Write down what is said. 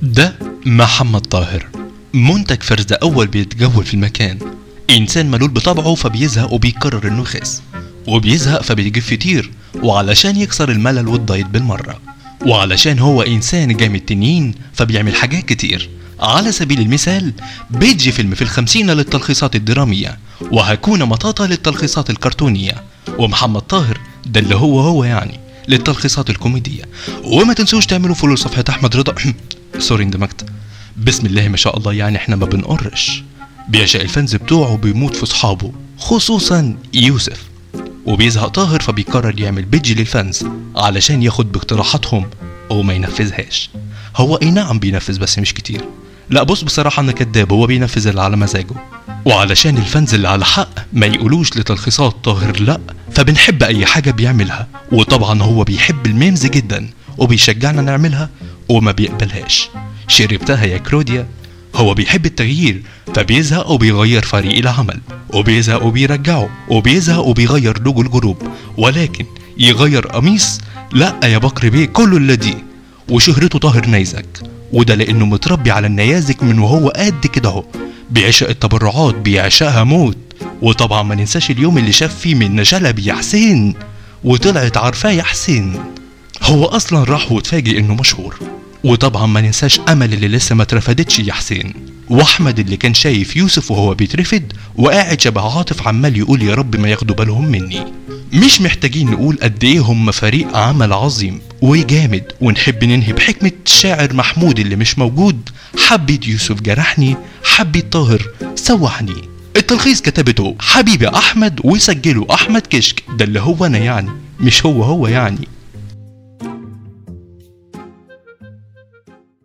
ده محمد طاهر، منتج فرز أول بيتجول في المكان. إنسان ملول بطبعه فبيزهق وبيقرر إنه يخس، وبيزهق فبيجيب فطير، وعلشان يكسر الملل والدايت بالمرة، وعلشان هو إنسان جامد تنين فبيعمل حاجات كتير. على سبيل المثال بيجي فيلم في الخمسين للتلخيصات الدرامية، وهكون مطاطا للتلخيصات الكرتونية، ومحمد طاهر ده اللي هو يعني للتلخيصات الكوميدية. وما تنسوش تعملوا فولو صفحة أحمد رضا سوري اندمجت. بسم الله ما شاء الله، يعني احنا ما بنقرش. بيعشق الفانز بتوعه وبيموت في صحابه، خصوصا يوسف. وبيزهق طاهر فبيقرر يعمل بيدج للفانز علشان ياخد باقتراحاتهم وما ينفذهاش. هو اي نعم بينفذ بس مش كتير. لا بص بصراحة انا كداب، هو بينفذ اللي على مزاجه. وعلشان الفانز اللي على حق ما يقولوش لتلخيصات طاهر لا، فبنحب اي حاجة بيعملها. وطبعا هو بيحب الميمز جدا وبيشجعنا نعملها وما بيقبلهاش. شربتها يا كروديا. هو بيحب التغيير فبيزهق وبيغير فريق العمل، وبيزهق وبيرجعه، وبيزهق وبيغير لوجو الجروب، ولكن يغير قميص لا يا بكر بيه كله الذي. وشهرته طاهر نيزك، وده لانه متربي على النيازك من وهو قد كده اهو. بيعشق التبرعات، بيعشقها موت. وطبعا ما ننساش اليوم اللي شاف فيه من شلبي يا حسين وطلعت عارفاه يا حسين. هو اصلا راح وتفاجئ انه مشهور. وطبعا ما ننساش امل اللي لسه ما اترفدتش يا حسين، واحمد اللي كان شايف يوسف وهو بيترفد وقاعد شبه عاطف عمال يقول يا رب ما ياخدوا بالهم مني. مش محتاجين نقول قد ايه هم فريق عمل عظيم وجامد. ونحب ننهي بحكمة الشاعر محمود اللي مش موجود: حبيت يوسف جرحني، حبيت طاهر سوحني. التلخيص كتبته حبيبي احمد وسجله احمد كشك، ده اللي هو انا يعني، مش هو يعني.